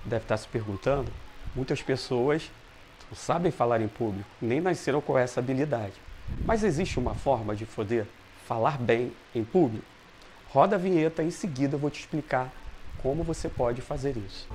deve estar se perguntando, muitas pessoas não sabem falar em público, nem nasceram com essa habilidade. Mas existe uma forma de poder falar bem em público? Roda a vinheta, em seguida eu vou te explicar como você pode fazer isso.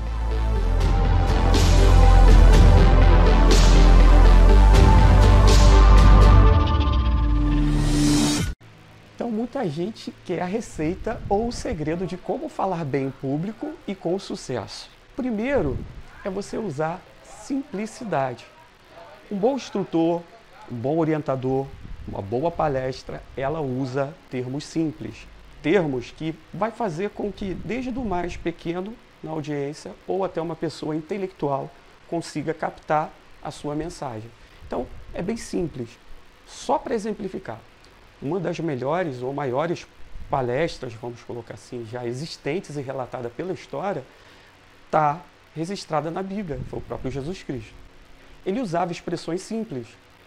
Então, muita gente quer a receita ou o segredo de como falar bem em público e com sucesso. Primeiro, é você usar simplicidade. Um bom instrutor, um bom orientador, uma boa palestra, ela usa termos simples. Termos que vai fazer com que, desde o mais pequeno na audiência ou até uma pessoa intelectual, consiga captar a sua mensagem. Então, é bem simples. Só para exemplificar. Uma das melhores ou maiores palestras, vamos colocar assim, já existentes e relatada pela história, está registrada na Bíblia, foi o próprio Jesus Cristo. Ele usava expressões simples,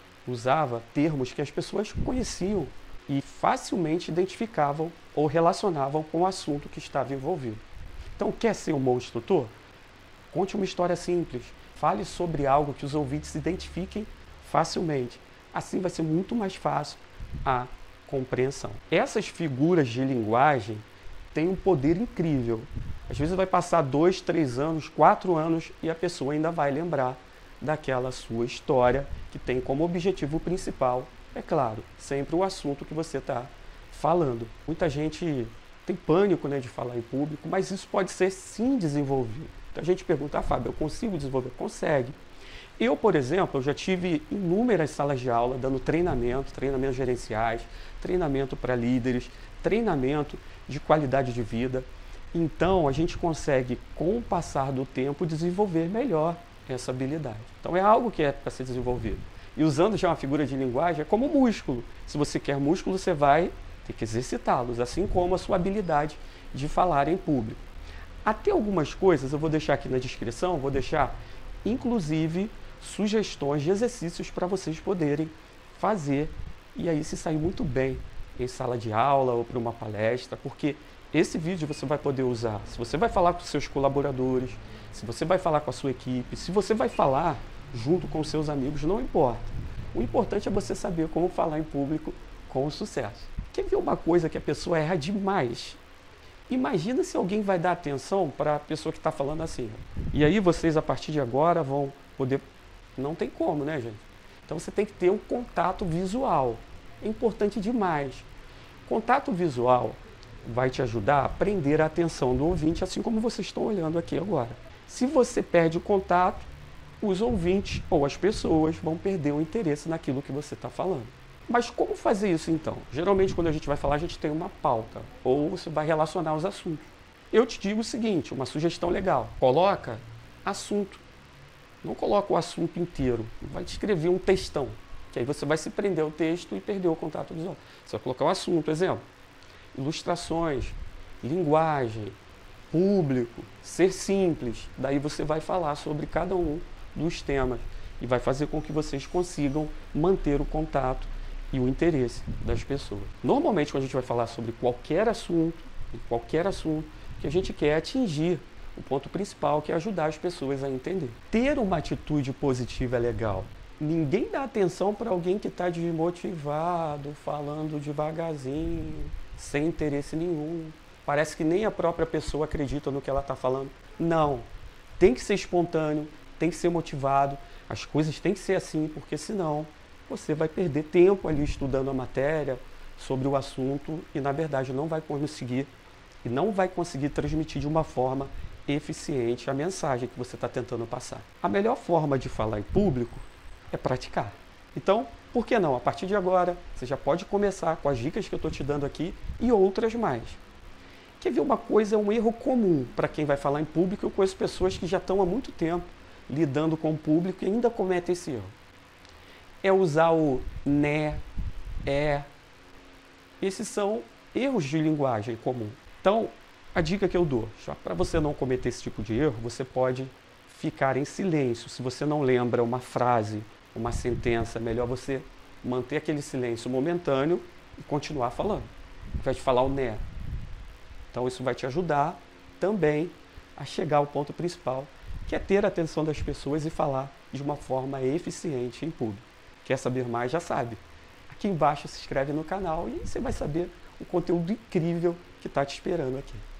usava termos que as pessoas conheciam e facilmente identificavam ou relacionavam com o assunto que estava envolvido. Então, quer ser um bom instrutor? Conte uma história simples, fale sobre algo que os ouvintes se identifiquem facilmente. Assim vai ser muito mais fácil a compreensão. Essas figuras de linguagem têm um poder incrível. Às vezes vai passar 2, 3 anos, 4 anos e a pessoa ainda vai lembrar daquela sua história que tem como objetivo principal, é claro, sempre o assunto que você está falando. Muita gente tem pânico, né, de falar em público, mas isso pode ser sim desenvolvido. Então a gente pergunta, Fábio, eu consigo desenvolver? Consegue. Eu, por exemplo, eu já tive inúmeras salas de aula dando treinamentos gerenciais, treinamento para líderes, treinamento de qualidade de vida. Então, a gente consegue, com o passar do tempo, desenvolver melhor essa habilidade. Então, é algo que é para ser desenvolvido. E usando já uma figura de linguagem, é como músculo. Se você quer músculo, você vai ter que exercitá-los, assim como a sua habilidade de falar em público. Até algumas coisas eu vou deixar aqui na descrição, vou deixar, inclusive, sugestões de exercícios para vocês poderem fazer e aí se sair muito bem em sala de aula ou para uma palestra, porque esse vídeo você vai poder usar se você vai falar com seus colaboradores, se você vai falar com a sua equipe, se você vai falar junto com seus amigos, não importa. O importante é você saber como falar em público com sucesso. Quer ver uma coisa que a pessoa erra demais? Imagina se alguém vai dar atenção para a pessoa que está falando assim. E aí vocês, a partir de agora, vão poder... Não tem como, né, gente? Então você tem que ter um contato visual. É importante demais. Contato visual vai te ajudar a prender a atenção do ouvinte, assim como vocês estão olhando aqui agora. Se você perde o contato, os ouvintes ou as pessoas vão perder o interesse naquilo que você está falando. Mas como fazer isso então? Geralmente quando a gente vai falar, a gente tem uma pauta, ou você vai relacionar os assuntos. Eu te digo o seguinte, uma sugestão legal, coloca assunto. Não coloca o assunto inteiro, vai te escrever um textão, que aí você vai se prender ao texto e perder o contato visual. Você vai colocar um assunto, exemplo, ilustrações, linguagem, público, ser simples. Daí você vai falar sobre cada um dos temas e vai fazer com que vocês consigam manter o contato e o interesse das pessoas. Normalmente, quando a gente vai falar sobre qualquer assunto, o que a gente quer é atingir o ponto principal, que é ajudar as pessoas a entender. Ter uma atitude positiva é legal. Ninguém dá atenção para alguém que está desmotivado, falando devagarzinho, sem interesse nenhum. Parece que nem a própria pessoa acredita no que ela está falando. Não. Tem que ser espontâneo, tem que ser motivado. As coisas têm que ser assim, porque senão você vai perder tempo ali estudando a matéria sobre o assunto e, na verdade, não vai conseguir transmitir de uma forma eficiente a mensagem que você está tentando passar. A melhor forma de falar em público é praticar. Então, por que não? A partir de agora, você já pode começar com as dicas que eu estou te dando aqui e outras mais. Quer ver uma coisa, um erro comum para quem vai falar em público? Eu conheço pessoas que já estão há muito tempo lidando com o público e ainda cometem esse erro. É usar o né, é. Esses são erros de linguagem comum. Então, a dica que eu dou, para você não cometer esse tipo de erro, você pode ficar em silêncio. Se você não lembra uma frase, uma sentença, é melhor você manter aquele silêncio momentâneo e continuar falando. Ao invés de falar o né. Então isso vai te ajudar também a chegar ao ponto principal, que é ter a atenção das pessoas e falar de uma forma eficiente em público. Quer saber mais? Já sabe. Aqui embaixo se inscreve no canal e você vai saber o conteúdo incrível que está te esperando aqui.